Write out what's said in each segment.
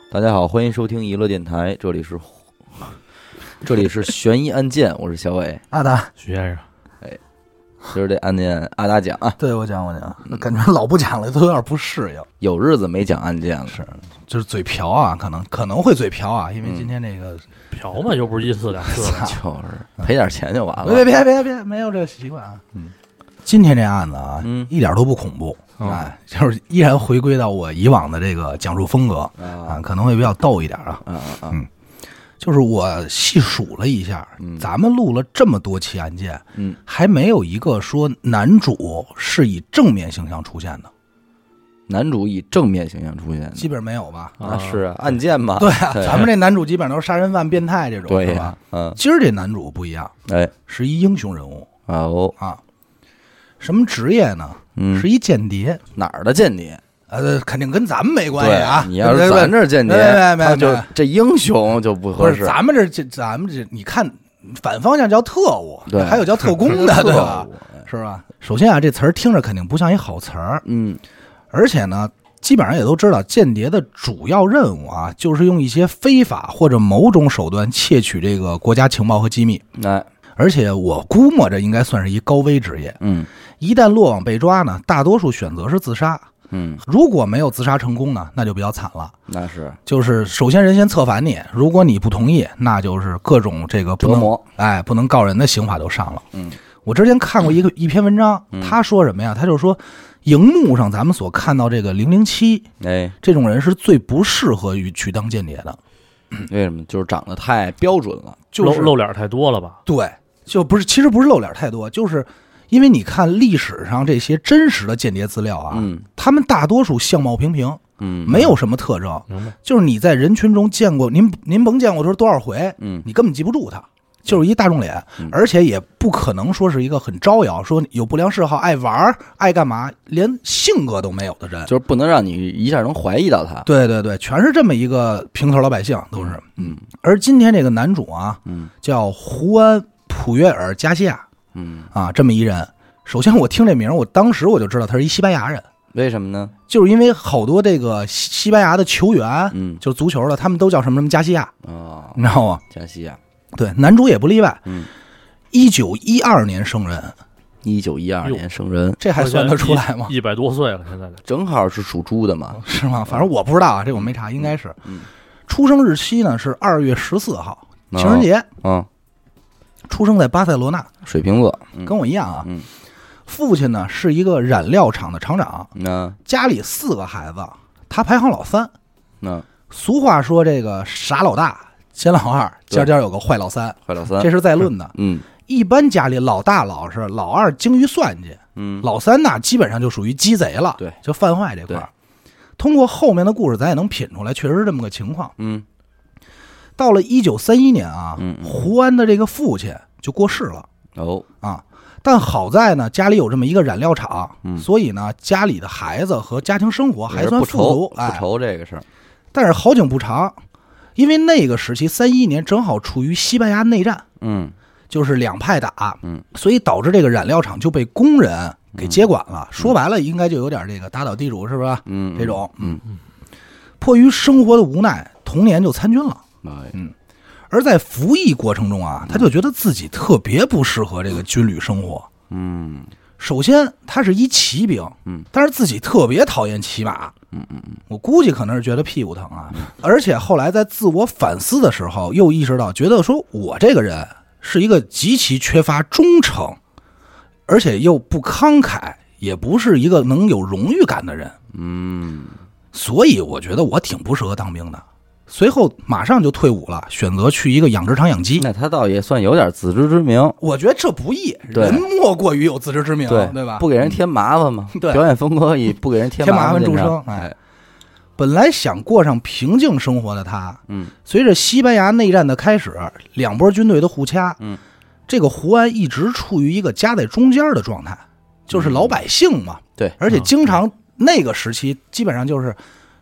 大家好，欢迎收听娱乐电台，这里是悬疑案件，我是小伟， 阿达徐先生。 今儿这案件阿达讲啊， 对我讲，那感觉老不讲了，都有点不适应。 有日子没讲案件了， 是，就是嘴瓢啊，可能会嘴瓢啊，因为今天这个嫖嘛，又不是一次两次的， 就是赔点钱就完了。 别，没有这个习惯啊。今天这案子啊，一点都不恐怖，就是依然回归到我以往的这个讲述风格啊，可能会比较逗一点啊。就是我细数了一下，咱们录了这么多期案件，还没有一个说男主是以正面形象出现的。 男主以正面形象出现的， 基本没有吧？ 那是啊，案件嘛。 对啊，咱们这男主基本上都是杀人犯、变态这种， 对是吧？今儿这男主不一样，是一英雄人物什么职业呢？是一间谍。哪儿的间谍？ 肯定跟咱们没关系啊！ 你要是咱这间谍，他就这英雄就不合适。 咱们这，你看反方向叫特务，对，还有叫特工的，对吧？是吧？首先啊，这词儿听着肯定不像一好词儿，而且呢，基本上也都知道，间谍的主要任务啊，就是用一些非法或者某种手段窃取这个国家情报和机密。而且我估摸着应该算是一高危职业。一旦落网被抓呢，大多数选择是自杀。如果没有自杀成功呢，那就比较惨了。那是，就是首先人先策反你，如果你不同意，那就是各种这个不能不能告人的刑法都上了。我之前看过一篇文章，他说什么呀？他就说，荧幕上咱们所看到这个007，这种人是最不适合于去当间谍的。 为什么？就是长得太标准了， 就是露脸太多了吧？ 对，就不是，其实不是露脸太多，就是因为你看历史上这些真实的间谍资料啊，他们大多数相貌平平，没有什么特征，就是你在人群中见过，您甭见过说多少回，你根本记不住他，就是一大众脸，而且也不可能说是一个很招摇，说有不良嗜好，爱玩爱干嘛，连性格都没有的人， 就是不能让你一下能怀疑到他。 对，全是这么一个平头老百姓，都是。而今天这个男主啊，叫胡安·普约尔·加西亚。这么一人，首先我听这名，我当时我就知道他是一西班牙人。 为什么呢？ 就是因为好多这个西班牙的球员，就是足球的，他们都叫什么加西亚你知道吗？ 加西亚， 对，男主也不例外。1912年生人 ，1912年生人， 这还算得出来吗 ？100多岁了，现在正好是属猪的嘛？ 是吗？反正我不知道啊，这我没查，应该是。出生日期呢是2月14号，情人节。出生在巴塞罗那， 水瓶座， 跟我一样啊。父亲呢是一个染料厂的厂长，家里4个孩子，他排行老三。俗话说这个傻老大，奸老二，家家有个坏老三，这是在论的。一般家里老大老实，老二精于算计，老三呢基本上就属于鸡贼了，对，就犯坏这块。通过后面的故事，咱也能品出来，确实是这么个情况。到了1931年啊，胡安的这个父亲就过世了。但好在呢，家里有这么一个染料厂，所以呢，家里的孩子和家庭生活还算富足， 不愁这个事儿。 但是好景不长，因为那个时期31年正好处于西班牙内战，就是两派打，所以导致这个染料厂就被工人给接管了。说白了，应该就有点这个打倒地主是吧？这种，迫于生活的无奈，同年就参军了。而在服役过程中啊，他就觉得自己特别不适合这个军旅生活。首先他是一骑兵，但是自己特别讨厌骑马。我估计可能是觉得屁股疼啊。而且后来在自我反思的时候，又意识到，觉得说我这个人是一个极其缺乏忠诚，而且又不慷慨，也不是一个能有荣誉感的人。所以我觉得我挺不适合当兵的。随后马上就退伍了，选择去一个养殖场养鸡。 那他倒也算有点自知之明。 我觉得这不易，人莫过于有自知之明，对吧？ 不给人添麻烦嘛。表演风格以不给人添麻烦著称。本来想过上平静生活的他，随着西班牙内战的开始，两波军队的互掐，这个胡安一直处于一个夹在中间的状态，就是老百姓嘛。 对， 而且经常那个时期基本上就是。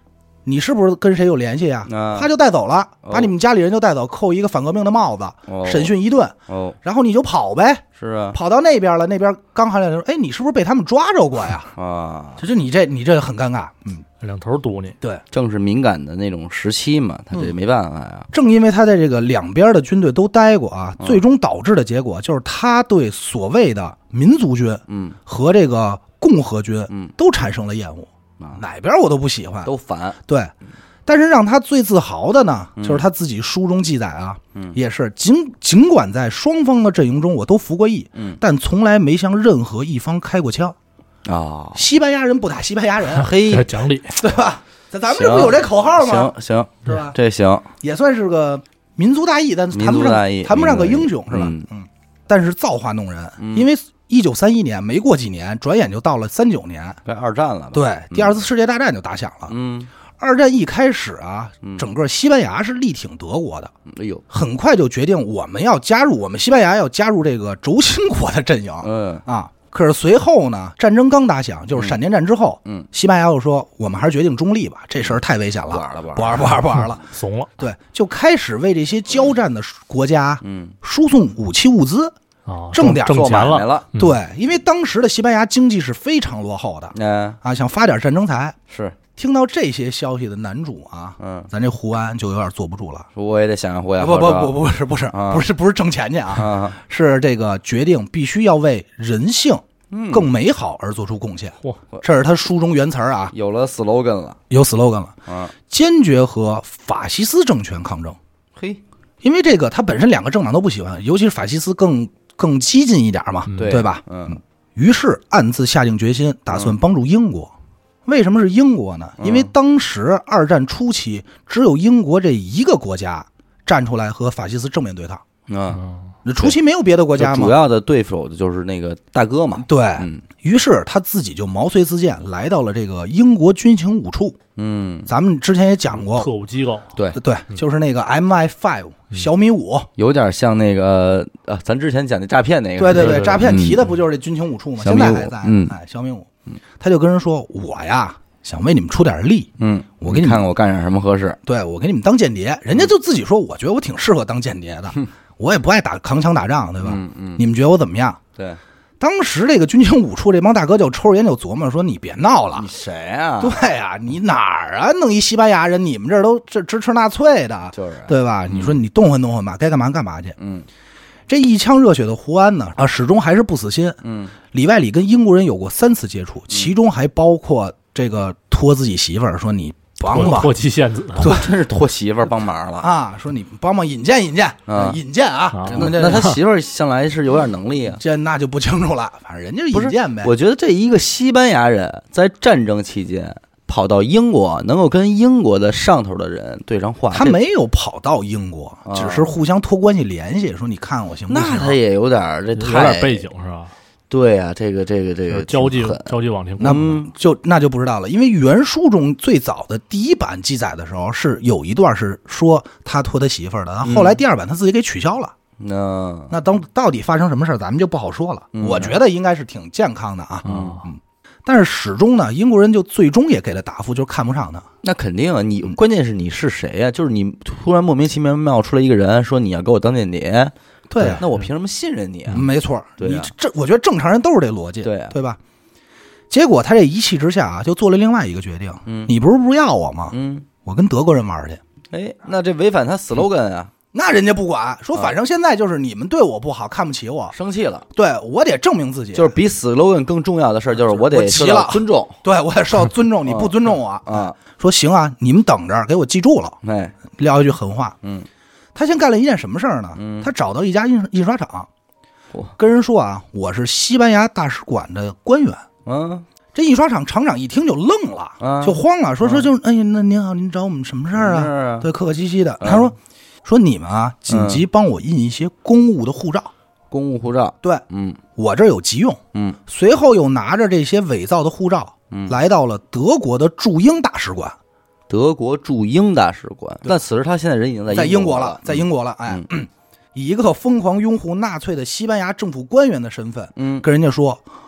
你是不是跟谁有联系呀？他就带走了，把你们家里人就带走，扣一个反革命的帽子，审讯一顿，然后你就跑呗。 是啊， 跑到那边了，那边刚回来说，哎，你是不是被他们抓着过呀？啊，就你这很尴尬， 两头堵你。 对， 正是敏感的那种时期嘛，他这没办法呀。 正因为他在这个两边的军队都待过啊，最终导致的结果就是他对所谓的民族军，和这个共和军，都产生了厌恶。哪边我都不喜欢， 都反。 对，但是让他最自豪的呢，就是他自己书中记载啊，也是尽管在双方的阵营中我都服过役，但从来没向任何一方开过枪啊。 西班牙人不打西班牙人， 嘿， 讲理， 对吧？咱们这不有这口号吗？ 行， 是吧？ 这行， 也算是个民族大义，但谈不上个英雄，是吧？但是造化弄人，因为1931年没过几年，转眼就到了39年， 该二战了吧？ 对，第二次世界大战就打响了。二战一开始啊，整个西班牙是力挺德国的， 哎呦， 很快就决定我们西班牙要加入这个轴心国的阵营。可是随后呢，战争刚打响，就是闪电战之后，西班牙又说我们还是决定中立吧，这事儿太危险了，不玩了， 怂了。 对，就开始为这些交战的国家，输送武器物资。挣钱了， 对，因为当时的西班牙经济是非常落后的，想发点战争财。 是， 听到这些消息的男主啊，咱这胡安就有点坐不住了。 我也得想想胡安。 不是挣钱去啊，是这个决定必须要为人性更美好而做出贡献。这是他书中原词啊， 有了 slogan 了， 坚决和法西斯政权抗争。 嘿， 因为这个他本身两个政党都不喜欢，尤其是法西斯更激进一点嘛，对吧？于是暗自下定决心，打算帮助英国。为什么是英国呢？因为当时二战初期，只有英国这一个国家站出来和法西斯正面对抗。初期没有别的国家嘛， 主要的对手就是那个大哥嘛。 对，于是他自己就毛遂自荐，来到了这个英国军情五处。咱们之前也讲过， 特务机构。 对，就是那个 MI5 小米5， 有点像那个咱之前讲的诈骗那个。 对，诈骗提的不就是这军情五处吗？现在还在。小米5，他就跟人说，我呀想为你们出点力，我给你们看看我干点什么合适。 对，我给你们当间谍。人家就自己说，我觉得我挺适合当间谍的。我也不爱扛枪打仗，对吧？你们觉得我怎么样？ 对， 当时这个军情五处这帮大哥就抽着烟就琢磨说：“你别闹了， 你谁啊？ 对啊，你哪儿啊？弄一西班牙人，你们这儿都支持纳粹的， 就是对吧？你说你动换动换吧，该干嘛干嘛去。”这一腔热血的胡安呢，始终还是不死心。里外里跟英国人有过3次接触，其中还包括这个托自己媳妇儿说你。 托妻献子， 真是托媳妇儿帮忙了啊！说你帮忙引荐啊！ 那他媳妇儿向来是有点能力啊， 那就不清楚了。反正人家引荐呗。 我觉得这一个西班牙人在战争期间跑到英国，能够跟英国的上头的人对上话， 他没有跑到英国，只是互相托关系联系，说你看我行不行？ 那他也有点有点背景是吧？ 对啊，这个交际网情， 那就不知道了。因为原书中最早的第一版记载的时候，是有一段是说他托他媳妇儿的，后来第2版他自己给取消了。那到底发生什么事咱们就不好说了。我觉得应该是挺健康的啊。但是始终呢，英国人就最终也给了答复，就是看不上他。 那肯定啊，关键是你是谁呀？就是你突然莫名其妙冒出来一个人，说你要给我当间谍。 对， 那我凭什么信任你啊？ 没错， 对啊， 我觉得正常人都是这逻辑，对吧？结果他这一气之下啊，就做了另外一个决定。你不是要我吗？我跟德国人玩去。 哎，那这违反他 slogan 啊？ 那人家不管，说反正现在就是你们对我不好，看不起我， 生气了。 对，我得证明自己。 就是比 slogan 更重要的事就是我得受到尊重。 对，我得受到尊重，你不尊重我啊？说行啊，你们等着，给我记住了。 哎， 撂一句狠话。他先干了一件什么事儿呢？他找到一家印刷厂，跟人说啊，我是西班牙大使馆的官员。这印刷厂厂长一听就愣了，就慌了，说就哎呀，那您好，您找我们什么事儿啊？对，客客气气的。他说你们啊，紧急帮我印一些公务的护照。 公务护照。 对，我这儿有急用。随后又拿着这些伪造的护照，来到了德国的驻英大使馆。 德国驻英大使馆，但此时他现在人已经在英国了，在英国了。哎，以一个疯狂拥护纳粹的西班牙政府官员的身份，跟人家说，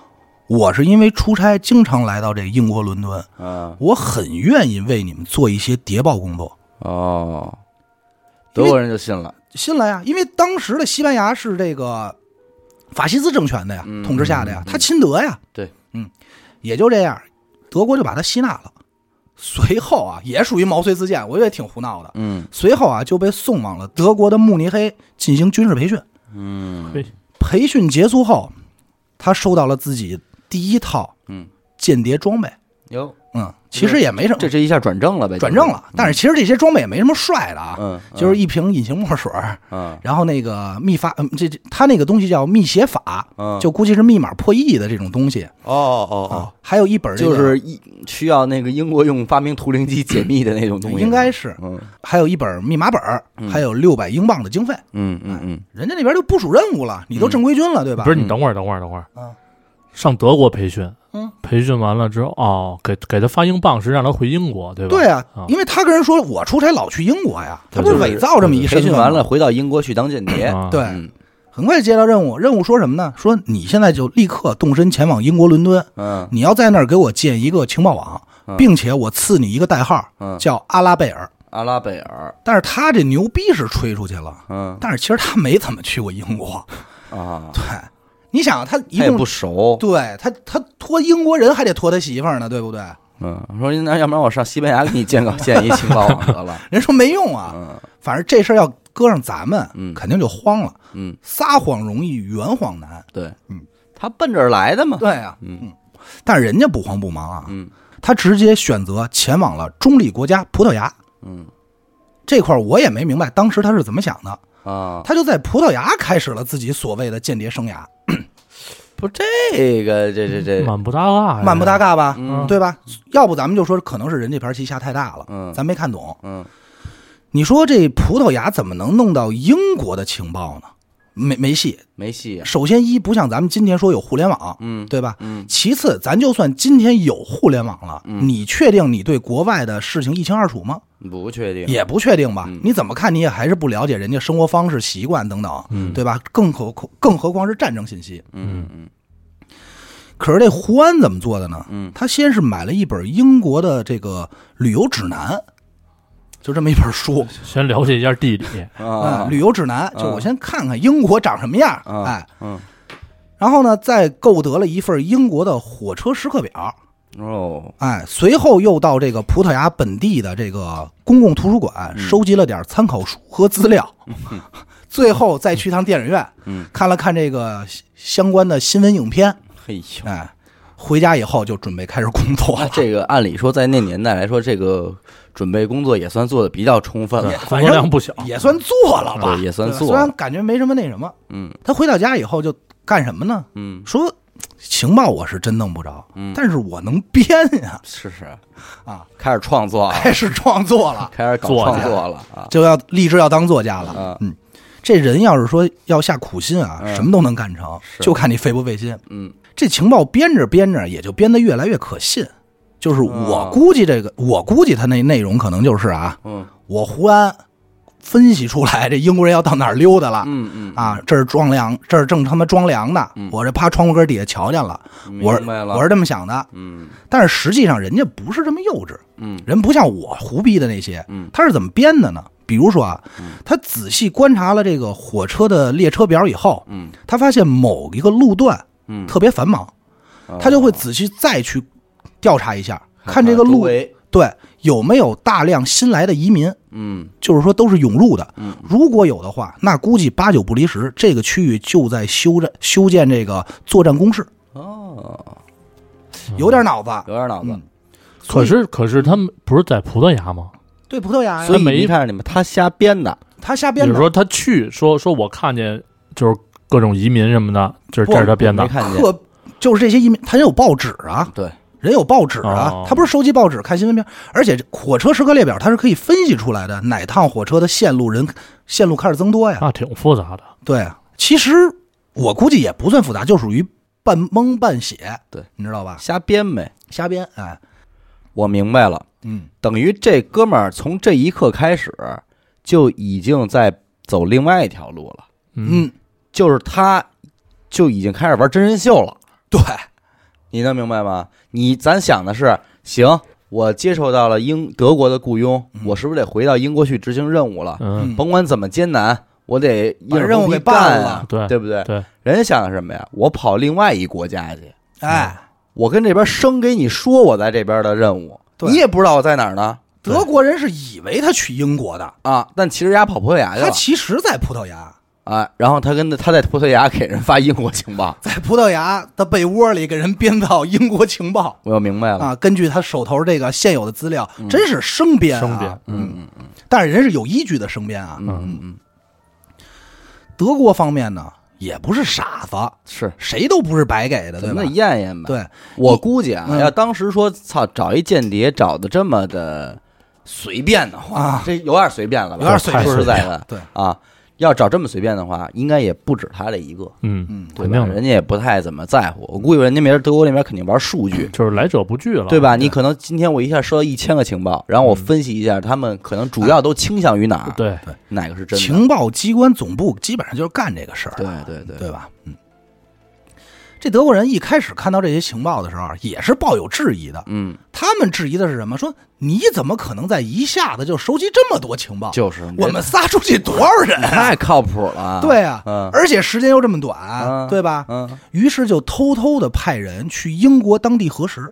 我是因为出差经常来到这英国伦敦，我很愿意为你们做一些谍报工作。 哦，德国人就信了呀，因为当时的西班牙是这个法西斯政权的呀，统治下的呀，他亲德呀。 对， 也就这样，德国就把他吸纳了。随后啊，也属于毛遂自荐，我觉得挺胡闹的。随后啊，就被送往了德国的慕尼黑进行军事培训。培训结束后，他收到了自己第一套间谍装备。 哟， 其实也没什么， 这一下转正了呗， 转正了。但是其实这些装备也没什么帅的啊，就是一瓶隐形墨水，然后那个密法，他那个东西叫密写法，就估计是密码破译的这种东西。还有一本就是需要那个英国用发明图灵机解密的那种东西， 应该是。还有一本密码本，还有600英镑的经费。人家那边就部署任务了，你都正规军了，对吧？ 不是，你等会儿，上德国培训，培训完了之后，给他发英镑是让他回英国，对吧？ 对啊，因为他跟人说我出差老去英国呀，他不是伪造这么一身份。 培训完了回到英国去当间谍， 对，很快接到任务说什么呢？说你现在就立刻动身前往英国伦敦，你要在那儿给我建一个情报网，并且我赐你一个代号，叫阿拉贝尔。但是他这牛逼是吹出去了，但是其实他没怎么去过英国啊，对。你想他一共也不熟， 对他托英国人还得托他媳妇儿呢，对不对？ 说那要不然我上西班牙给你建一情报网得了。 人说没用啊，反正这事儿要搁上咱们，肯定就慌了。撒谎容易，圆谎难。 对，他奔这儿来的嘛。 对啊，但是人家不慌不忙啊，他直接选择前往了中立国家葡萄牙。这块我也没明白当时他是怎么想的。他就在葡萄牙开始了自己所谓的间谍生涯。 不，这个这满不搭嘎吧，对吧？要不咱们就说可能是人这盘棋下太大了，咱没看懂。你说这葡萄牙怎么能弄到英国的情报呢？没戏。首先不像咱们今天说有互联网，对吧？其次，咱就算今天有互联网了，你确定你对国外的事情一清二楚吗？ 不确定， 也不确定吧？你怎么看你也还是不了解人家生活方式、习惯等等，对吧？更何况是战争信息。可是这胡安怎么做的呢？他先是买了一本英国的这个旅游指南。就这么一本书， 先了解一下地理旅游指南，就我先看看英国长什么样，然后呢，再购得了一份英国的火车时刻表，随后又到这个葡萄牙本地的这个公共图书馆收集了点参考书和资料，最后再去趟电影院，看了看这个相关的新闻影片，回家以后就准备开始工作了。 这个按理说在那年代来说，这个准备工作也算做的比较充分了， 工作量不小， 也算做了吧， 也算做了。 虽然感觉没什么那什么，他回到家以后就干什么呢？说情报我是真弄不着，但是我能编呀， 是啊，开始创作了， 开始搞创作了啊， 就要立志要当作家了。这人要是说要下苦心啊，什么都能干成，就看你费不费心。这情报编着编着也就编得越来越可信。就是我估计他那内容可能就是我胡安分析出来这英国人要到哪儿溜达了，这是装粮，这是正他妈装粮的，我这趴窗户根底下瞧见了，我是这么想的，但是实际上人家不是这么幼稚，人不像我胡逼的那些，他是怎么编的呢？比如说他仔细观察了这个火车的列车表以后，他发现某一个路段特别繁忙，他就会仔细再去调查一下，看这个路对有没有大量新来的移民，就是说都是涌入的，如果有的话，那估计8、9不离十，这个区域就在修建这个作战工事。有点脑子。 可是他们不是在葡萄牙吗？ 对，葡萄牙呀。 所以你看你们，他瞎编的。 比如说他去说我看见就是各种移民什么的，这是他编的。 就是这些移民，他有报纸啊， 对， 人有报纸啊，他不是收集报纸看新闻片，而且火车时刻列表它是可以分析出来的，哪趟火车的线路开始增多呀， 挺复杂的。 对，其实我估计也不算复杂，就属于半蒙半写， 对， 你知道吧？ 瞎编呗， 瞎编。 我明白了，等于这哥们儿从这一刻开始就已经在走另外一条路了，就是他就已经开始玩真人秀了。 对， 你能明白吗？咱想的是，行，我接受到了德国的雇佣，我是不是得回到英国去执行任务了？甭管怎么艰难，我得把任务给办了， 对不对？ 对， 人家想的是什么呀？我跑另外一国家去， 我跟这边生给你说我在这边的任务，你也不知道我在哪儿呢。 德国人是以为他去英国的啊，但其实丫跑葡萄牙去了。 他其实在葡萄牙啊，然后他在葡萄牙给人发英国情报， 在葡萄牙的被窝里给人编造英国情报。 我明白了啊，根据他手头这个现有的资料，真是生编啊，但是人是有依据的生编啊。德国方面呢，也不是傻子， 是谁都不是白给的，对吧？ 那验验吧。 对， 我估计啊，要当时说操找一间谍找的这么的随便的话，这有点随便了吧？ 有点随便， 说实在的， 对啊。要找这么随便的话，应该也不止他这一个，对吧？人家也不太怎么在乎。我估计人家德国那边肯定玩数据， 就是来者不拒了， 对吧？你可能今天我一下收到1000个情报，然后我分析一下，他们可能主要都倾向于哪儿？ 对， 哪个是真的？ 情报机关总部基本上就是干这个事儿， 对吧？这德国人一开始看到这些情报的时候，也是抱有质疑的。他们质疑的是什么？说你怎么可能在一下子就收集这么多情报？ 就是我们撒出去多少人？ 太靠谱了。 对啊，而且时间又这么短，对吧？于是就偷偷的派人去英国当地核实。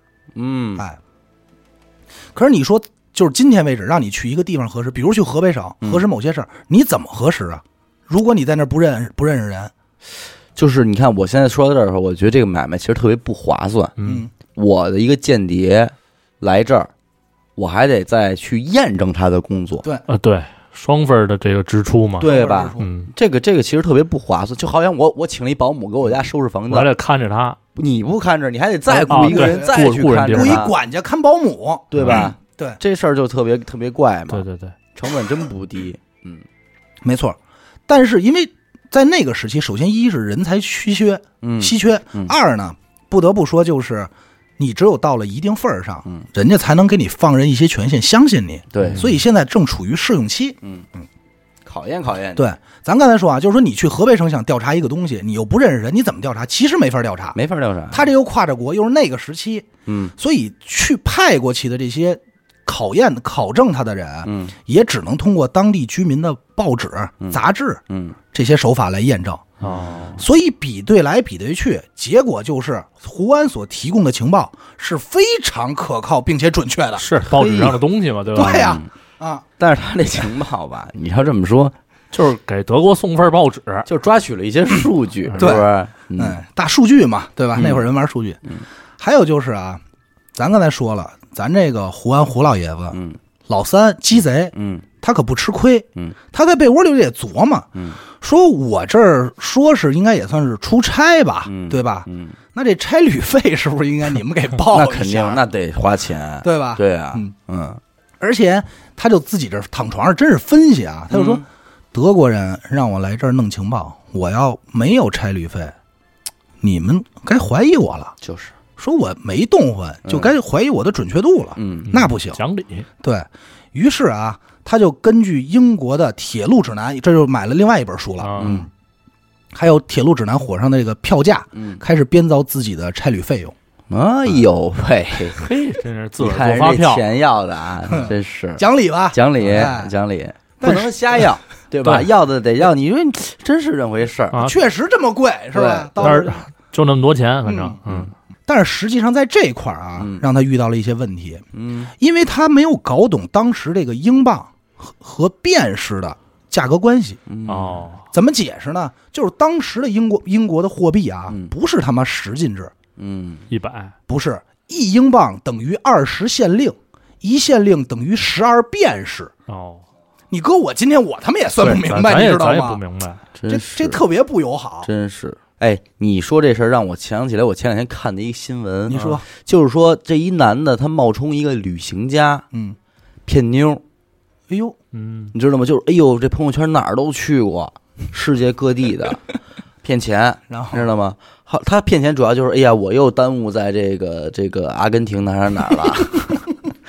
可是你说，就是今天为止，让你去一个地方核实，比如去河北省核实某些事儿，你怎么核实啊？如果你在那儿不认识人。 就是你看，我现在说到这儿的时候，我觉得这个买卖其实特别不划算。我的一个间谍来这儿，我还得再去验证他的工作。 对，双份的这个支出嘛， 对吧？这个其实特别不划算，就好像我请了一保姆给我家收拾房子， 我还得看着他， 你不看着，你还得再雇一个人再去看着， 雇一管家看保姆， 对吧？ 对， 这事儿就特别怪嘛。 对， 成本真不低。 没错。但是因为在那个时期，首先一是人才稀缺，二呢，不得不说就是你只有到了一定份儿上，人家才能给你放任一些权限，相信你。 对， 所以现在正处于试用期， 考验。 对，咱刚才说啊，就是说你去河北省想调查一个东西，你又不认识人，你怎么调查？其实没法调查。他这又跨着国，又是那个时期，所以去派过去的这些考证他的人，也只能通过当地居民的报纸、杂志，这些手法来验证。所以比对来比对去，结果就是胡安所提供的情报是非常可靠并且准确的， 是报纸上的东西嘛，对吧？ 对呀， 但是他这情报吧，你要这么说， 就是给德国送份报纸， 就抓取了一些数据，是不是？ 大数据嘛，对吧？那会儿人玩数据。还有就是啊，咱刚才说了，咱这个胡安胡老爷子，老三鸡贼，他可不吃亏，他在被窝里也琢磨，说我这儿说是应该也算是出差吧，对吧？那这差旅费是不是应该你们给报一下？ 那肯定，那得花钱， 对吧？ 对啊， 而且他就自己这躺床上真是分析啊，他就说，德国人让我来这儿弄情报，我要没有差旅费，你们该怀疑我了， 就是说我没动换，就该怀疑我的准确度了，那不行， 讲理。 对于是啊，他就根据英国的铁路指南，这就买了另外一本书了，还有铁路指南火上的这个票价，开始编造自己的差旅费用。 哎呦喂， 嘿，真是自个儿做发票， 钱要的啊，真是讲理吧？ 讲理，不能瞎要，对吧？要的得要，你说真是这回事儿， 确实这么贵，是吧？ 但是就那么多钱，反正但是实际上在这块儿啊，让他遇到了一些问题，因为他没有搞懂当时这个英镑和便士的价格关系。怎么解释呢？就是当时的英国的货币啊，不是他妈10进制 ，100 不是1英镑等于20县令，1县令等于12便士。你搁我今天我他妈也算不明白，你知道吗？ 咱也不明白， 这特别不友好， 真是。哎，你说这事儿让我想起来，我前两天看的一新闻。 你说， 就是说这一男的他冒充一个旅行家，骗妞。 哎呦， 你知道吗？就是哎呦，这朋友圈哪儿都去过，世界各地的骗钱， 然后知道吗？好，他骗钱主要就是哎呀，我又耽误在这个阿根廷哪儿了，是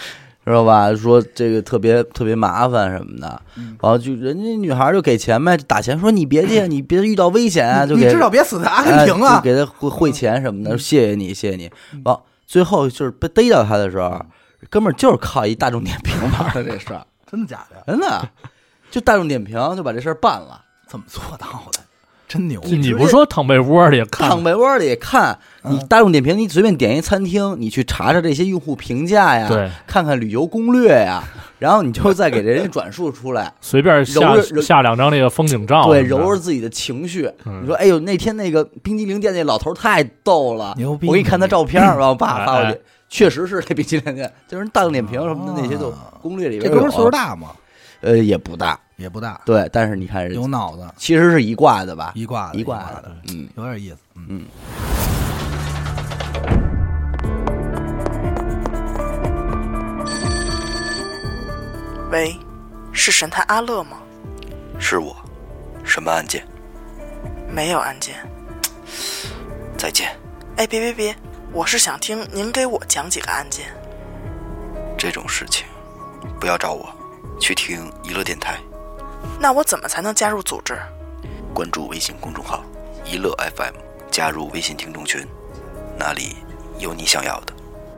知道吧？说这个特别特别麻烦什么的，然后就人家女孩就给钱呗，打钱说你别去，你别遇到危险啊，就给你至少别死在阿根廷啊， 就给他汇钱什么的，谢谢你谢谢你。哦，最后就是被逮到他的时候，哥们儿就是靠一大众点评玩的这事儿， 真的假的？ 真的，就大众点评就把这事儿办了， 怎么做到的？真牛！ 你不是说躺被窝里看？ 躺被窝里看，你大众点评，你随便点一餐厅，你去查查这些用户评价呀， 对， 看看旅游攻略呀，然后你就再给人家转述出来， 随便下2张那个风景照， 对，揉揉自己的情绪。你说，哎呦，那天那个冰激凌店那老头太逗了， 牛逼！ 我给你看他照片，然后发过去，确实是那冰激凌店，就是大众点评什么的那些都攻略里边有。 这哥们岁数大吗？ 也不大。 也不大， 对，但是你看人有脑子， 其实是一挂的吧？ 一挂的， 有点意思， 喂，是神探阿乐吗？ 是我，什么案件？ 没有案件。 再见。 哎，别，我是想听您给我讲几个案件。 这种事情不要找我，去听娱乐电台。 那我怎么才能加入组织？ 关注微信公众号娱乐 FM， 加入微信听众群，那里有你想要的。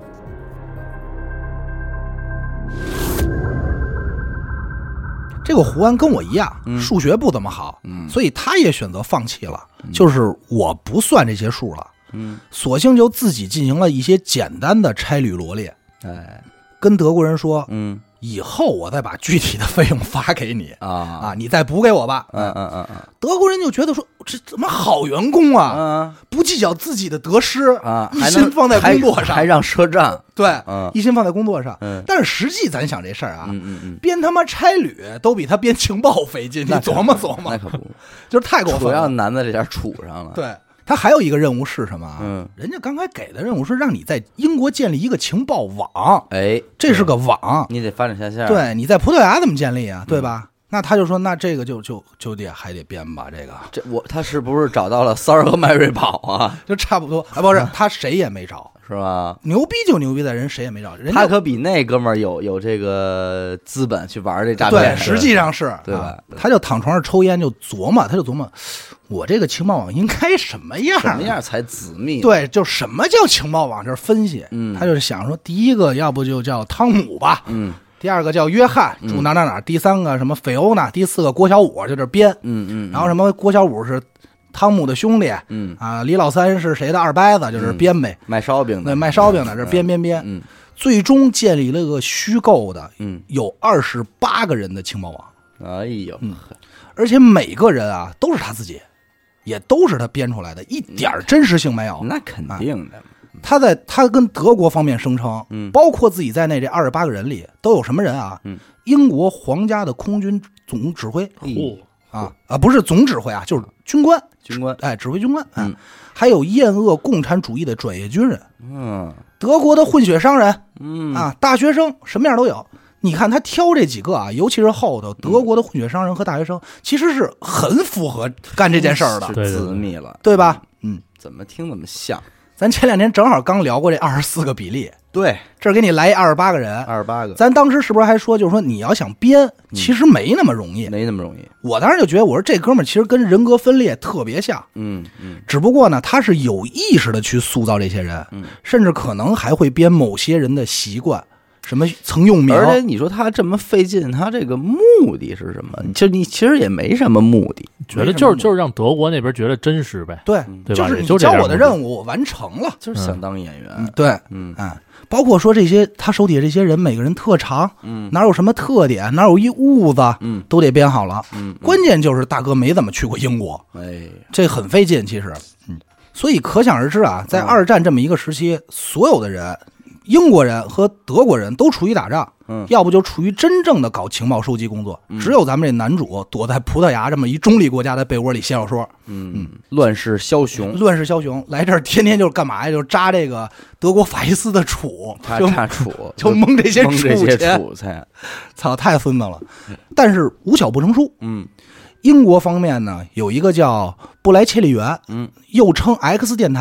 这个胡安跟我一样，数学不怎么好，所以他也选择放弃了，就是我不算这些数了，索性就自己进行了一些简单的差旅罗列，跟德国人说，以后我再把具体的费用发给你啊，你再补给我吧。德国人就觉得说这怎么好员工啊，不计较自己的得失啊，一心放在工作上， 还让赊账， 对，一心放在工作上。但是实际咱想这事儿啊，编他妈差旅都比他编情报费劲，你琢磨琢磨， 那可不， 就是太过分了， 主要难在这点处上了。 对。他还有一个任务是什么？人家刚才给的任务是让你在英国建立一个情报网。哎，这是个网， 你得发展下线。 对，你在葡萄牙怎么建立啊？对吧？那他就说，那这个就得还得编吧。 他是不是找到了三儿和麦瑞宝啊？ 就差不多啊，不是他谁也没找， 是吧？ 牛逼就牛逼在人谁也没找，人他可比那哥们儿有这个资本去玩这诈骗。 对，实际上是对吧？ 他就躺床上抽烟，就琢磨，我这个情报网应该什么样？ 什么样才缜密？ 对，就什么叫情报网？这分析，他就是想说，第一个要不就叫汤姆吧，第二个叫约翰，住哪哪，第三个什么菲欧娜，第四个郭小五，就这编，然后什么郭小五是汤姆的兄弟，李老三是谁的二伯子，就是编呗， 卖烧饼的， 对，卖烧饼的，这编，最终建立了个虚构的，有28个人的情报网， 哎呦， 而且每个人啊都是他自己。也都是他编出来的，一点真实性没有。 那肯定的。 他跟德国方面声称，包括自己在内这28个人里都有什么人啊？英国皇家的空军总指挥，不是总指挥啊，就是军官，哎，指挥军官，还有厌恶共产主义的专业军人，德国的混血商人，大学生，什么样都有。你看他挑这几个啊，尤其是后头德国的混血商人和大学生，其实是很符合干这件事儿的， 缜密了， 对吧？ 怎么听怎么像。 咱前2天正好刚聊过这24个比例， 对， 这儿给你来28个人 ，28个。 咱当时是不是还说，就是说你要想编，其实没那么容易， 没那么容易。 我当时就觉得，我说这哥们儿其实跟人格分裂特别像，只不过呢，他是有意识的去塑造这些人，甚至可能还会编某些人的习惯。什么曾用名？ 而且你说他这么费劲，他这个目的是什么？你其实也没什么目的， 觉得就是让德国那边觉得真实呗。 对， 对吧？ 就是你交我的任务，我完成了， 就是想当演员。 对，包括说这些他手底下这些人，每个人特长，哪有什么特点，哪有一痦子，都得编好了。关键就是大哥没怎么去过英国，这很费劲，其实，所以可想而知啊，在2战这么一个时期，所有的人。英国人和德国人都处于打仗，要不就处于真正的搞情报收集工作，只有咱们这男主躲在葡萄牙这么一中立国家的被窝里写小说， 乱世枭雄， 来这儿天天就是干嘛呀？就扎这个德国法西斯的杵， 扎杵， 就蒙这些杵钱， 操，太孙子了。但是无巧不成书，英国方面呢有一个叫布莱切利园，又称 X 电台。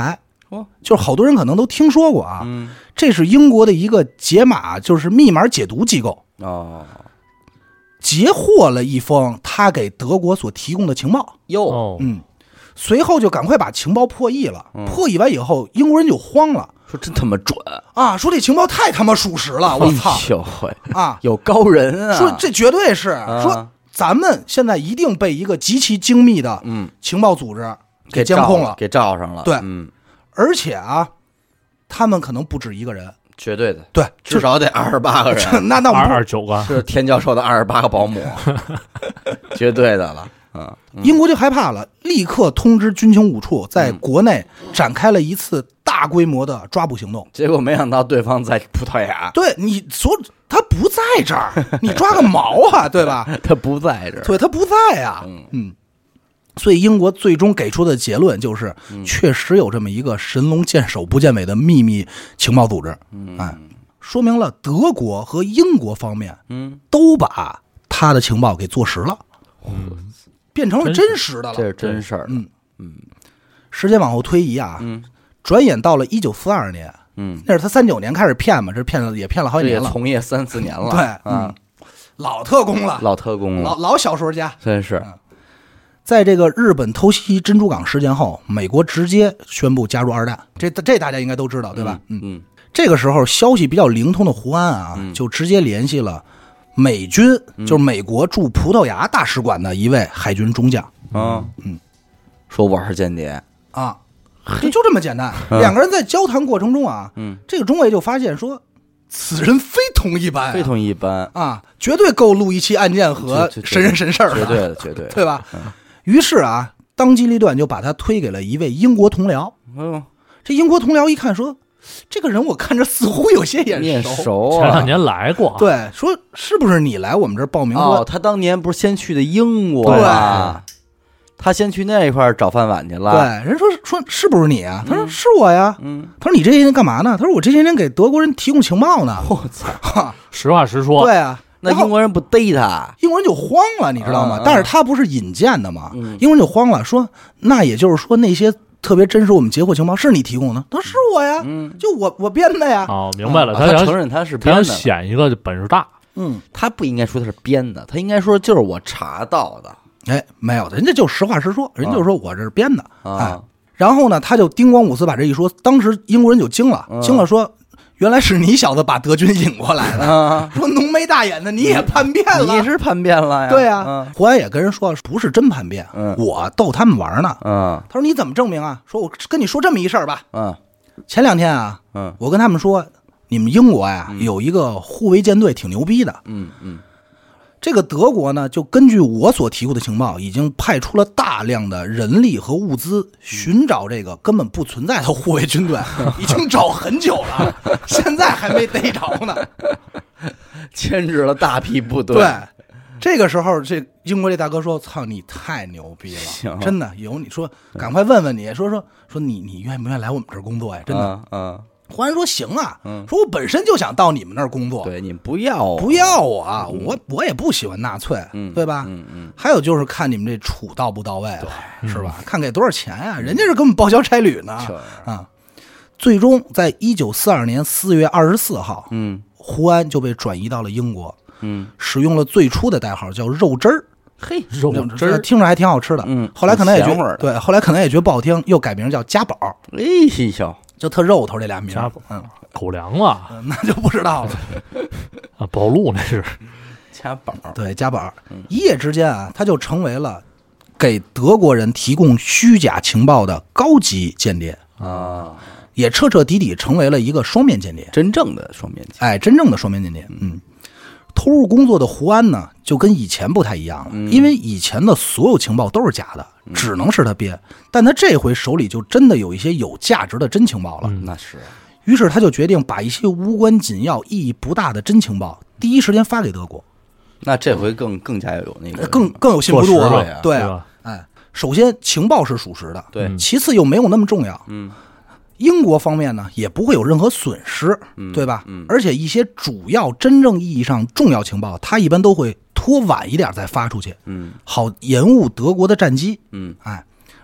就是好多人可能都听说过啊。这是英国的一个解码，就是密码解读机构截获了一封他给德国所提供的情报。随后就赶快把情报破译了。破译完以后，英国人就慌了， 说真他妈准啊！说这情报太他妈属实了，我操！啊， 有高人啊！ 说这绝对是，说咱们现在一定被一个极其精密的情报组织给监控了， 给罩上了。 对，而且啊，他们可能不止一个人， 绝对的， 对， 至少得28个人， 那 29个是田教授的28个保姆，绝对的了。 英国就害怕了，立刻通知军情五处，在国内展开了一次大规模的抓捕行动。 结果没想到对方在葡萄牙。 对，你说他不在这儿，你抓个毛啊，对吧？ 他不在这儿， 对，他不在啊。所以英国最终给出的结论就是，确实有这么一个神龙见首不见尾的秘密情报组织。说明了德国和英国方面，都把他的情报给坐实了。变成了真实的了， 这是真事儿。 时间往后推移啊，转眼到了1942年，那是他39年开始骗嘛，这骗了也骗了好几年了， 也从业3-4年了， 对，老特工了，老小说家， 真是。 在这个日本偷袭珍珠港事件后，美国直接宣布加入二战，这大家应该都知道，对吧？这个时候消息比较灵通的胡安啊，就直接联系了美军，就是美国驻葡萄牙大使馆的一位海军中将， 说我是间谍啊，就这么简单。两个人在交谈过程中啊，这个中尉就发现说，此人非同一般， 非同一般啊，绝对够路易奇案件和神人神事儿， 绝对的，绝对， 对吧？于是啊，当机立断就把他推给了一位英国同僚。这英国同僚一看说，这个人我看着似乎有些眼熟， 前2年来过。 对，说是不是你来我们这儿报名？ 他当年不是先去的英国呀？他先去那块儿找饭碗去了。 对，人说是不是你啊？他说是我呀。他说你这些年干嘛呢？他说我这些年给德国人提供情报呢。 我操， 实话实说。 对啊， 那英国人不逮他， 英国人就慌了，你知道吗？但是他不是引荐的嘛，英国人就慌了，说那也就是说那些特别真实我们截获情报是你提供的？他说是我呀，就我编的呀。 哦，明白了， 他承认他是编的， 他显一个本事大。 他不应该说他是编的，他应该说就是我查到的。 哎，没有，人家就实话实说，人家就说我这是编的啊。然后呢，他就叮咣五四把这一说，当时英国人就惊了，说原来是你小子把德军引过来的，说浓眉大眼的你也叛变了， 你是叛变了呀？ 对呀，胡安也跟人说不是真叛变，我逗他们玩呢。他说你怎么证明啊？说我跟你说这么一事儿吧。前2天啊，我跟他们说，你们英国呀有一个护卫舰队挺牛逼的。这个德国呢，就根据我所提供的情报，已经派出了大量的人力和物资，寻找这个根本不存在的护卫军队，已经找很久了，现在还没逮着呢。 牵制了大批部队。 对，这个时候，这英国这大哥说：“操，你太牛逼了，真的有你说，赶快问问你说你愿不愿意来我们这儿工作呀？真的。”胡安说行啊，说我本身就想到你们那儿工作， 对，你们不要我啊，我也不喜欢纳粹，对吧？还有就是看你们这处到不到位了，是吧？看给多少钱呀？人家是给我们报销差旅呢啊！最终在1942年4月24号，胡安就被转移到了英国，使用了最初的代号叫肉汁儿。 嘿， 肉汁儿听着还挺好吃的，后来可能也觉得对，后来可能也觉得不好听，又改名叫家宝。 哎呦， 就特肉头这俩名， 狗粮了， 那就不知道了。 啊，宝路那是家宝， 对家宝。一夜之间啊，他就成为了给德国人提供虚假情报的高级间谍啊，也彻彻底底成为了一个双面间谍， 真正的双面间谍。 哎，真正的双面间谍。投入工作的胡安呢，就跟以前不太一样了，因为以前的所有情报都是假的，只能是他编，但他这回手里就真的有一些有价值的真情报了。 那是。 于是他就决定把一些无关紧要、意义不大的真情报第一时间发给德国。 那这回更加有那个更有信服度了， 对啊，哎，首先情报是属实的， 对， 其次又没有那么重要，英国方面呢也不会有任何损失，对吧？而且一些主要真正意义上重要情报，它一般都会拖晚一点再发出去，好延误德国的战机，哎，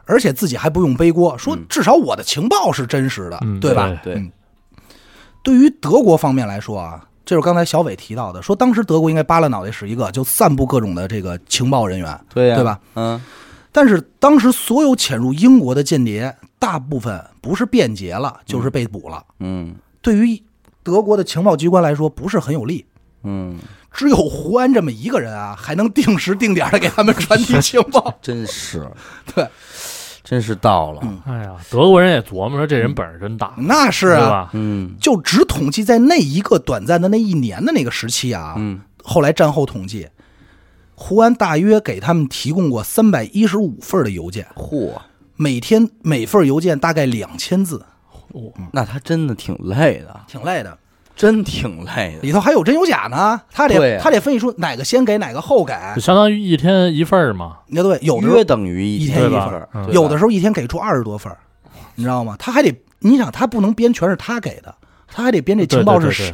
而且自己还不用背锅，说至少我的情报是真实的，对吧？ 对。 对于德国方面来说啊，这是刚才小伟提到的，说当时德国应该扒拉脑袋使一个，就散布各种的这个情报人员， 对吧？ 嗯。 但是当时所有潜入英国的间谍，大部分不是变节了，就是被捕了。对于德国的情报机关来说，不是很有利。只有胡安这么一个人啊，还能定时定点的给他们传递情报。 真是， 对， 真是到了。 哎呀，德国人也琢磨着这人本事真大， 那是啊， 对吧？ 就只统计在那一个短暂的那1年的那个时期啊，后来战后统计，胡安大约给他们提供过315份的邮件，每天每份邮件大概2000字。 那他真的挺累的，真挺累的， 里头还有真有假呢，他得分析出哪个先给哪个后给， 就相当于一天一份嘛。 对，有的约等于一天一份，有的时候一天给出20多份，你知道吗？他还得，你想他不能编全是他给的，他还得编这情报是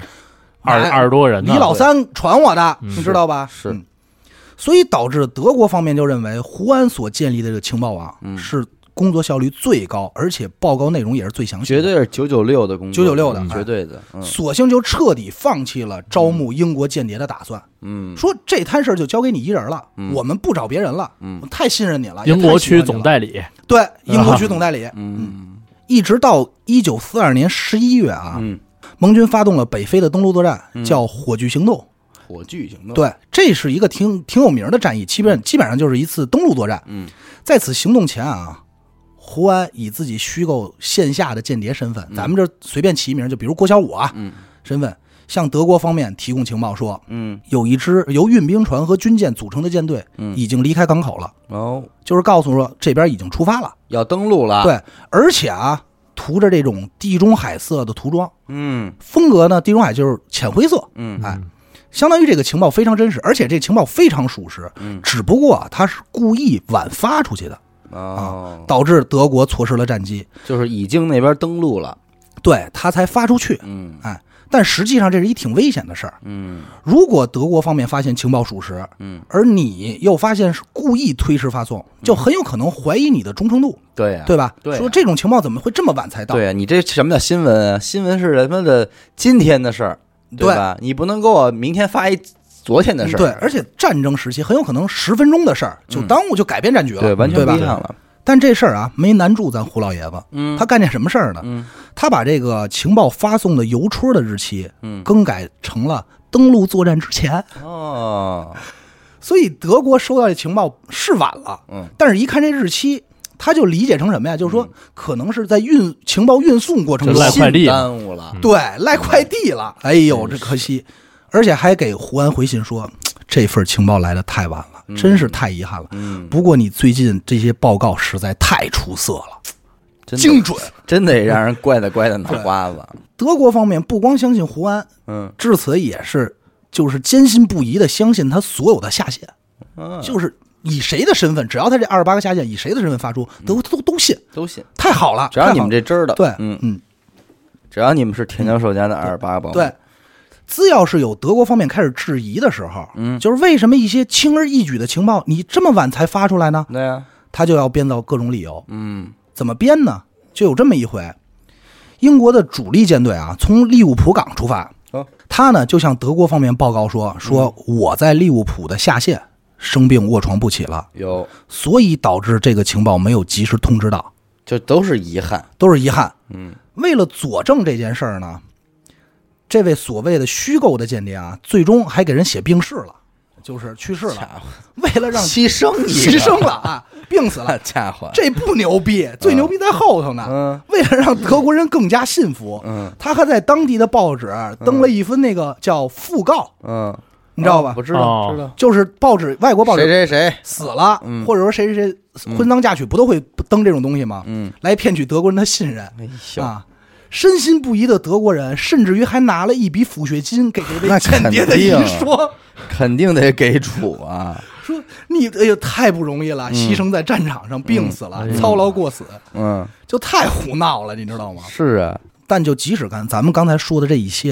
20多人呢， 李老三传我的，你知道吧？ 是， 所以导致德国方面就认为胡安所建立的这个情报网是工作效率最高，而且报告内容也是最详细的， 绝对是996的工作 ，996的， 绝对的。 索性就彻底放弃了招募英国间谍的打算。说这摊事就交给你一人了，我们不找别人了，太信任你了。 英国区总代理， 对，英国区总代理。一直到1942年11月啊，盟军发动了北非的登陆作战，叫火炬行动。对，这是一个挺有名的战役，基本上就是一次登陆作战。在此行动前啊，胡安以自己虚构线下的间谍身份，咱们这随便起名，就比如郭小武啊，身份向德国方面提供情报说，有一支由运兵船和军舰组成的舰队已经离开港口了，就是告诉说这边已经出发了， 要登陆了。 对，而且啊，涂着这种地中海色的涂装，风格呢，地中海就是浅灰色，相当于这个情报非常真实，而且这情报非常属实，只不过他是故意晚发出去的。导致德国错失了战机， 就是已经那边登陆了， 对他才发出去。但实际上这是一挺危险的事儿。如果德国方面发现情报属实，而你又发现是故意推迟发送，就很有可能怀疑你的忠诚度。 对呀， 对吧？ 对， 说这种情报怎么会这么晚才到？ 对呀，你这什么叫新闻啊？新闻是他妈的今天的事儿，对吧？你不能给我明天发一昨天的事儿。 对，而且战争时期很有可能10分钟的事儿就耽误，就改变战局了， 对，完全不一样了。 但这事儿啊，没难住咱胡老爷子。他干件什么事儿呢？他把这个情报发送的邮戳的日期，更改成了登陆作战之前。所以德国收到这情报是晚了，但是一看这日期，他就理解成什么呀？就是说，可能是在情报运送过程中赖快递耽误了， 对，赖快递了。哎呦，这可惜，而且还给胡安回信说，这份情报来的太晚了，真是太遗憾了。不过你最近这些报告实在太出色了，精准， 真得让人乖的脑瓜子。 德国方面不光相信胡安，至此也是就是坚信不疑的相信他所有的下线，就是以谁的身份，只要他这28个下线以谁的身份发出，都信，太好了。 只要你们这知道， 对， 只要你们是田教授家的28个保姆， 对。只要是有德国方面开始质疑的时候，就是为什么一些轻而易举的情报你这么晚才发出来呢？ 对呀， 他就要编造各种理由。怎么编呢？就有这么一回，英国的主力舰队啊，从利物浦港出发，他呢就向德国方面报告说我在利物浦的下线生病卧床不起了，所以导致这个情报没有及时通知到， 就都是遗憾。 为了佐证这件事儿呢，这位所谓的虚构的间谍啊，最终还给人写病逝了，就是去世了。为了让牺牲了啊，病死了， 家伙， 这不牛逼，最牛逼在后头呢。为了让德国人更加信服，他还在当地的报纸登了一份那个叫讣告，你知道吧？ 我知道， 就是外国报纸谁死了，或者说谁婚丧嫁娶，不都会登这种东西吗？来骗取德国人的信任啊。深信不疑的德国人，甚至于还拿了一笔抚恤金给这位间谍的一说， 肯定得给主啊！ 说你哎呦太不容易了，牺牲在战场上，病死了，操劳过死，就太胡闹了，你知道吗？ 是啊， 但就即使咱们刚才说的这一些啊，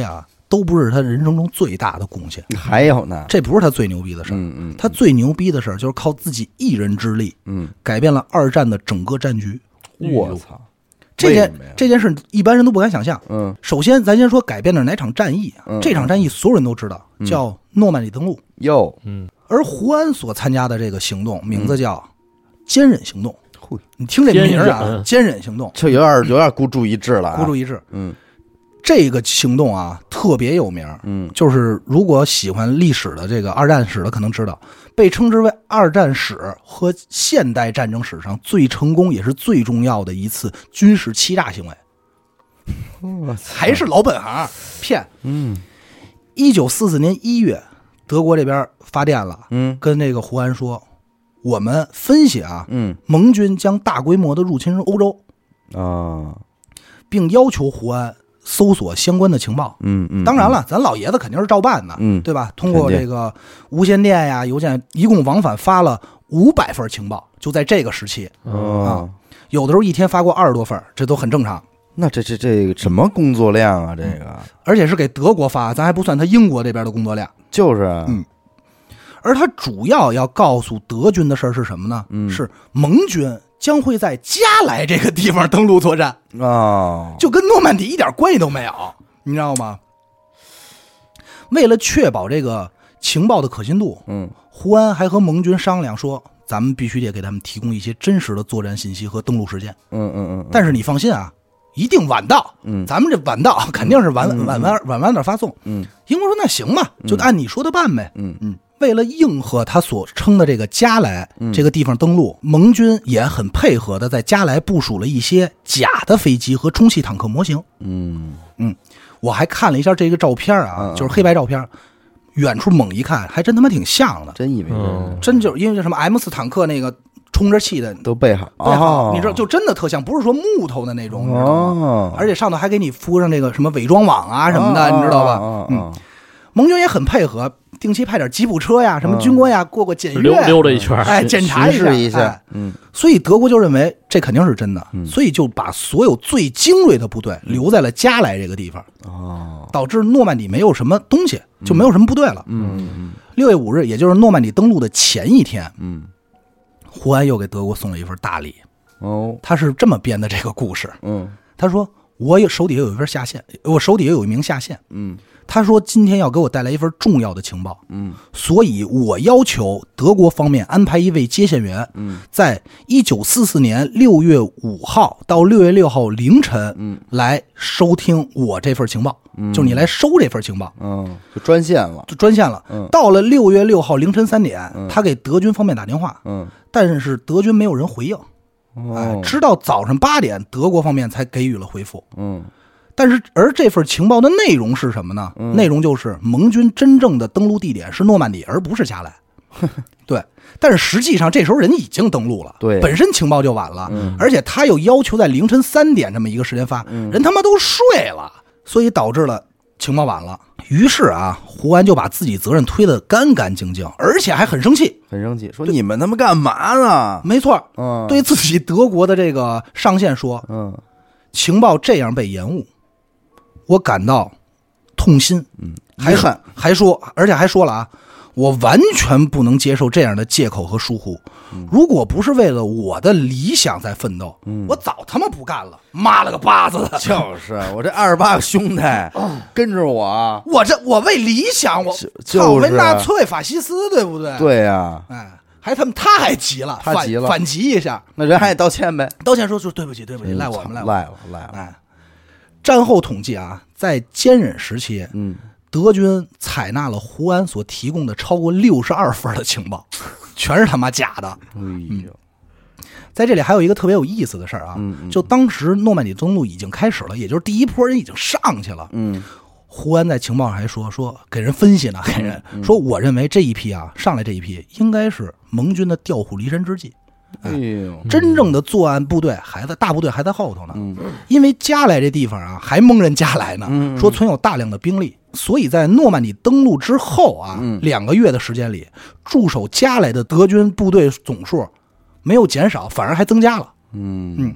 都不是他人生中最大的贡献。 还有呢， 这不是他最牛逼的事儿。他最牛逼的事儿就是靠自己一人之力，改变了二战的整个战局。 我操！ 这件事一般人都不敢想象。首先咱先说改变的哪场战役啊？这场战役所有人都知道，叫诺曼底登陆。而胡安所参加的这个行动名字叫坚忍行动。你听这名啊，坚忍行动， 就有点孤注一掷了。 孤注一掷。这个行动啊特别有名。就是如果喜欢历史的这个二战史的可能知道，被称之为二战史和现代战争史上最成功也是最重要的一次军事欺诈行为。还是老本行骗。1944年1月，德国这边发电了，跟那个胡安说，我们分析啊，盟军将大规模的入侵欧洲啊，并要求胡安搜索相关的情报。当然了，咱老爷子肯定是照办的，对吧？通过这个无线电呀、邮件，一共往返发了500份情报，就在这个时期啊，有的时候一天发过20多份，这都很正常。 那这个什么工作量啊？这个， 而且是给德国发，咱还不算他英国这边的工作量。 就是啊， 而他主要告诉德军的事儿是什么呢？是盟军将会在加莱这个地方登陆作战啊，就跟诺曼底一点关系都没有，你知道吗？为了确保这个情报的可信度，胡安还和盟军商量说，咱们必须得给他们提供一些真实的作战信息和登陆时间。但是你放心啊，一定晚到。咱们这晚到肯定是晚点发送。英国说那行吧，就按你说的办呗。为了应和他所称的这个加莱这个地方登陆，盟军也很配合的在加莱部署了一些假的飞机和充气坦克模型。我还看了一下这个照片啊，就是黑白照片，远处猛一看还真他妈挺像的， 真以为真就是因为这什么 M4 坦克那个充着气的都备好， 你知道，就真的特像，不是说木头的那种，你知道吗？而且上头还给你敷上这个什么伪装网啊什么的，你知道吧？盟军也很配合，定期派点吉普车呀、什么军官呀过检阅， 溜了一圈， 检查一下。 所以德国就认为这肯定是真的，所以就把所有最精锐的部队留在了加莱这个地方，导致诺曼底没有什么东西，就没有什么部队了。6月5日，也就是诺曼底登陆的前一天，胡安又给德国送了一份大礼。他是这么编的这个故事。他说我手底下有一份下线，我手底下有一名下线。他说今天要给我带来一份重要的情报。所以我要求德国方面安排一位接线员，在1944年6月5号到6月6号凌晨，来收听我这份情报。就是你来收这份情报。 就专线了。 到了6月6号凌晨3点，他给德军方面打电话。但是德军没有人回应。直到早上8点，德国方面才给予了回复。而这份情报的内容是什么呢？内容就是盟军真正的登陆地点是诺曼底，而不是加莱。对，但是实际上这时候人已经登陆了，对，本身情报就晚了，而且他又要求在凌晨3点这么一个时间发，人他妈都睡了，所以导致了情报晚了。于是啊，胡安就把自己责任推得干干净净，而且还很生气， 说你们他妈干嘛呢？ 没错，对自己德国的这个上线说，情报这样被延误，我感到痛心，还说，而且还说了啊，我完全不能接受这样的借口和疏忽。如果不是为了我的理想在奋斗，我早他妈不干了，妈了个巴子的！ 就是我这28个兄弟跟着我， 我为理想，我就是为纳粹法西斯，对不对？ 对呀， 他还急了，反击一下， 那人还得道歉呗， 道歉说对不起，赖我们。 赖。 战后统计啊，在坚忍时期，德军采纳了胡安所提供的超过62份的情报，全是他妈假的。在这里还有一个特别有意思的事儿啊，就当时诺曼底登陆已经开始了，也就是第一波人已经上去了。胡安在情报上还说给人分析呢，给人说我认为这一批啊上来这一批应该是盟军的调虎离山之计。真正的作案部队大部队还在后头呢。因为加莱这地方啊还蒙人加莱呢，说存有大量的兵力，所以在诺曼底登陆之后啊，2个月的时间里，驻守加莱的德军部队总数没有减少，反而还增加了。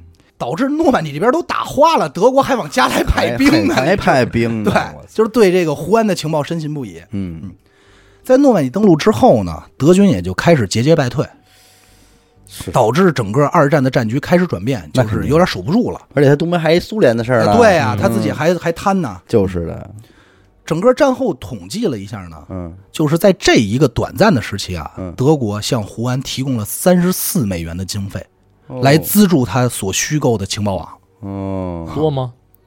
导致诺曼底这边都打花了，德国还往加来派兵呢， 还派兵呢， 对，就是对这个胡安的情报深信不疑。 在诺曼底登陆之后呢，德军也就开始节节败退，导致整个二战的战局开始转变，就是有点守不住了。 而且他东边还苏联的事儿呢， 对啊，他自己还贪呢。 就是的。 整个战后统计了一下呢，就是在这一个短暂的时期啊，德国向胡安提供了34美元的经费，来资助他所虚构的情报网。 多吗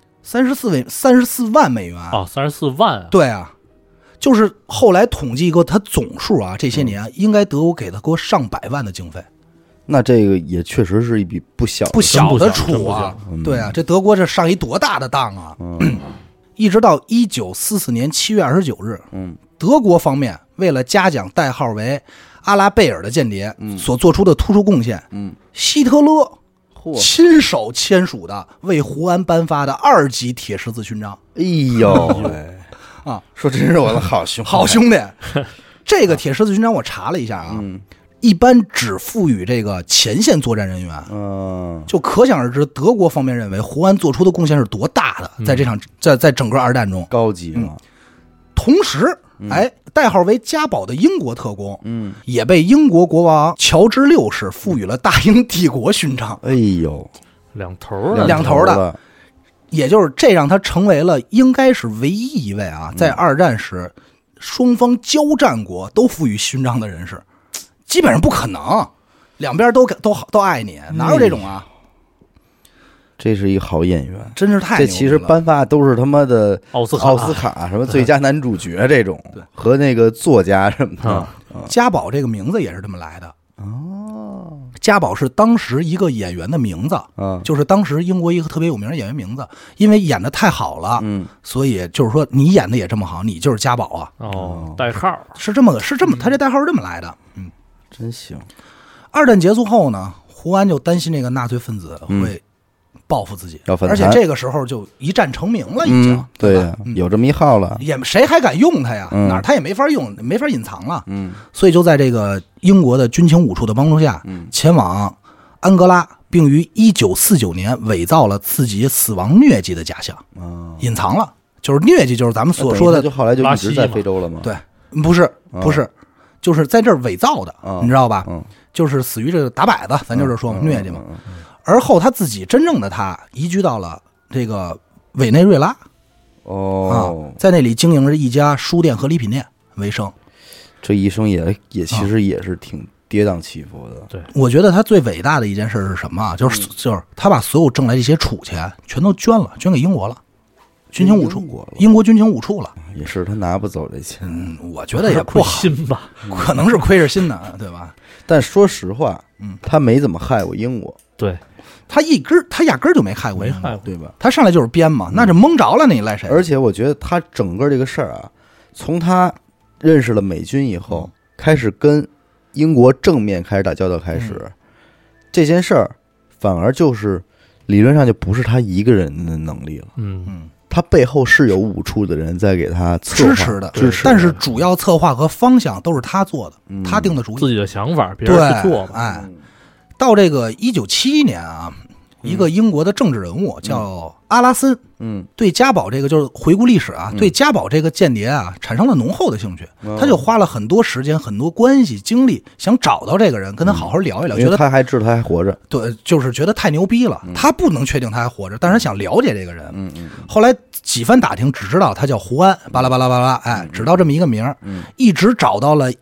？34万美元啊，34万啊！ 对啊，就是后来统计过他总数啊，这些年应该德国给他过上百万的经费。 那这个也确实是一笔不小的处啊！对啊，这德国这上一多大的当啊！一直到1944年7月29日，德国方面为了嘉奖代号为阿拉贝尔的间谍所做出的突出贡献，希特勒亲手签署的为胡安颁发的2级铁十字勋章。 哎呦，啊，说真是我的好兄弟。 这个铁十字勋章我查了一下啊，一般只赋予这个前线作战人员，就可想而知，德国方面认为胡安做出的贡献是多大的，在这场在整个二战中高级了。 同时，代号为家宝的英国特工，也被英国国王乔治6世赋予了大英帝国勋章。 哎呦， 两头的，也就是这让他成为了应该是唯一一位啊，在二战时双方交战国都赋予勋章的人士。基本上不可能，两边都爱你，哪有这种啊？ 这是一个好演员， 真是太牛了。 这其实颁发都是他妈的奥斯卡什么最佳男主角这种，和那个作家什么的。 家宝这个名字也是这么来的哦。家宝是当时一个演员的名字，就是当时英国一个特别有名的演员名字，因为演的太好了，所以就是说你演的也这么好，你就是家宝啊。 代号是这么，他这代号是这么来的。 真行。 二战结束后呢，胡安就担心这个纳粹分子会报复自己，而且这个时候就一战成名了，已经。 对呀，有这么一号了， 也谁还敢用他呀？哪儿他也没法用，没法隐藏了。所以就在这个英国的军情五处的帮助下，前往安哥拉，并于1949年伪造了自己死亡疟疾的假象，隐藏了。就是疟疾，就是咱们所说的， 就后来就一直在非洲了吗？ 对，不是。就是在这儿伪造的，你知道吧？就是死于这个打摆子，咱就是说疟疾嘛。而后他自己真正的他移居到了这个委内瑞拉，在那里经营着一家书店和礼品店为生。 这一生也其实也是挺跌宕起伏的。 对， 我觉得他最伟大的一件事是什么？就是他把所有挣来这些储钱全都捐给英国了。军情五处，英国军情五处了， 也是他拿不走这钱。 我觉得也不好， 心吧， 可能是亏着心的，对吧？ 但说实话，他没怎么害过英国， 对， 他压根儿就没害过， 对吧？ 他上来就是编嘛，那这蒙着了，你赖谁？ 而且我觉得他整个这个事儿啊，从他认识了美军以后，开始跟英国正面开始打交道开始，这件事儿反而就是理论上就不是他一个人的能力了。他背后是有五处的人在给他支持的，但是主要策划和方向都是他做的，他定的主意， 自己的想法，别人去做。 到这个1971年啊，一个英国的政治人物叫阿拉森，对家宝这个就是回顾历史啊，对家宝这个间谍啊产生了浓厚的兴趣，他就花了很多时间、很多关系、精力，想找到这个人，跟他好好聊一聊，觉得他还知道他还活着， 对，就是觉得太牛逼了，他不能确定他还活着，但是想了解这个人。后来几番打听，只知道他叫胡安，巴拉巴拉巴拉，只道这么一个名，一直找到了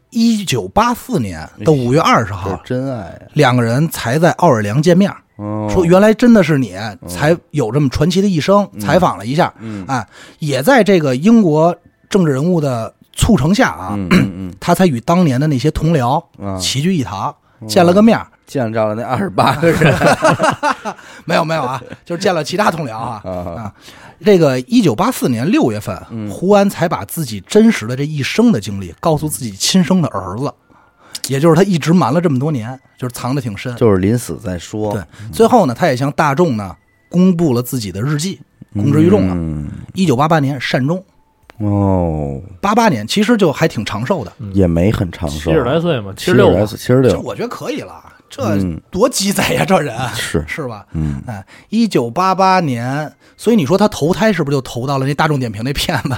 1984年的5月20号， 真爱， 两个人才在奥尔良见面。说原来真的是你，才有这么传奇的一生。采访了一下，也在这个英国政治人物的促成下啊，他才与当年的那些同僚齐聚一堂，见了个面， 见着了那28个人， 没有啊，就是见了其他同僚啊。这个1984年6月份，胡安才把自己真实的这一生的经历告诉自己亲生的儿子。也就是他一直瞒了这么多年，就是藏得挺深， 就是临死再说。 对，最后呢，他也向大众呢公布了自己的日记，公之于众了。1988年善终。88年其实就还挺长寿的， 也没很长寿 ，70来岁嘛，76， 我觉得可以了。 这多鸡贼呀，这人是吧？哎，1988年，所以你说他投胎是不是就投到了那大众点评那骗子？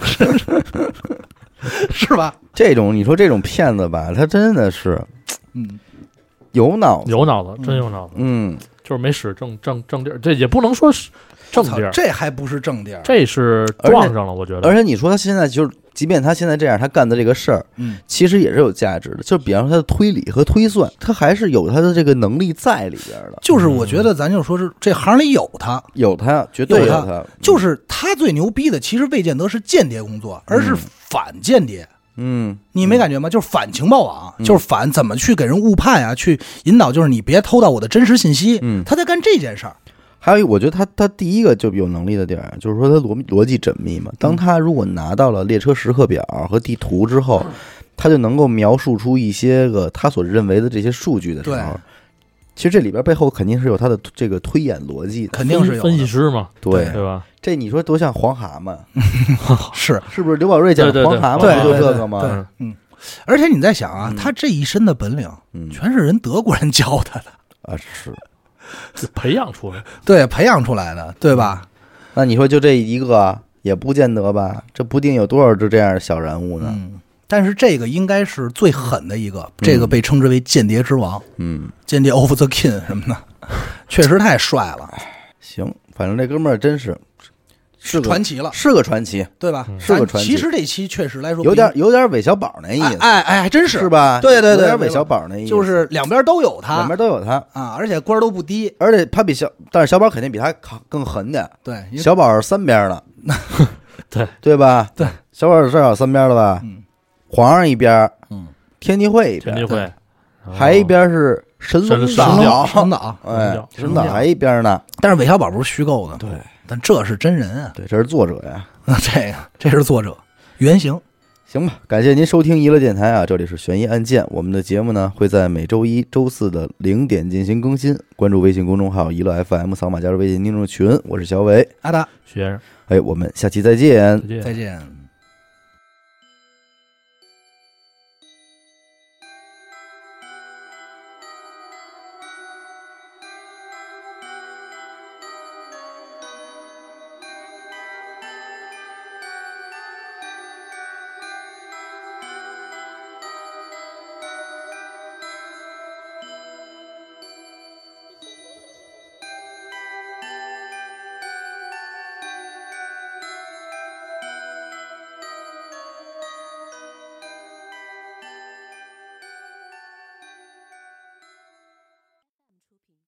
是吧？ 你说这种骗子吧，他真的是，有脑子， 真有脑子，就是没使正地儿，这也不能说是正地儿， 这还不是正地儿， 这是撞上了，我觉得。 而且你说他现在就是，即便他现在这样，他干的这个事儿，其实也是有价值的。就比方说他的推理和推算，他还是有他的这个能力在里边的。 就是我觉得咱就说是这行里有他， 绝对有他。 就是他最牛逼的，其实未见得是间谍工作，而是反间谍。你没感觉吗？就是反情报网，就是反怎么去给人误判啊，去引导，就是你别偷到我的真实信息。他在干这件事儿。 还有，我觉得他第一个就有能力的点儿，就是说他逻辑缜密嘛。当他如果拿到了列车时刻表和地图之后，他就能够描述出一些个他所认为的这些数据的时候，其实这里边背后肯定是有他的这个推演逻辑的， 肯定是有分析师嘛， 对吧？ 这你说多像黄蛤蟆， 是不是？刘宝瑞讲黄蛤蟆不就这个吗？ 而且你在想啊，他这一身的本领，全是人德国人教他的啊，是培养出来， 对，培养出来的，对吧？ 那你说就这一个也不见得吧？这不定有多少只这样的小人物呢？ 但是这个应该是最狠的一个，这个被称之为间谍之王，间谍 of the king 什么的，确实太帅了。 行，反正这哥们儿真是传奇了， 是个传奇， 对吧？ 是个传奇。 其实这期确实来说有点韦小宝那意思， 还真是吧？ 对， 有点韦小宝那意思， 就是两边都有他啊，而且官都不低， 而且他但是小宝肯定比他更狠点。 对， 小宝是三边的，对吧？ 对， 小宝是至少三边了吧？皇上一边，天地会一边， 还一边是神龙岛，神岛还一边呢。 但是韦小宝不是虚构的， 对， 但这是真人啊， 对，这是作者呀。 这是作者原型。 行吧，感谢您收听娱乐电台啊，这里是悬疑案件。我们的节目呢会在每周一、周四的0点进行更新。关注微信公众号娱乐 FM， 扫码加入微信听众群。我是小伟， 阿达， 徐先生。 我们下期再见， 再见。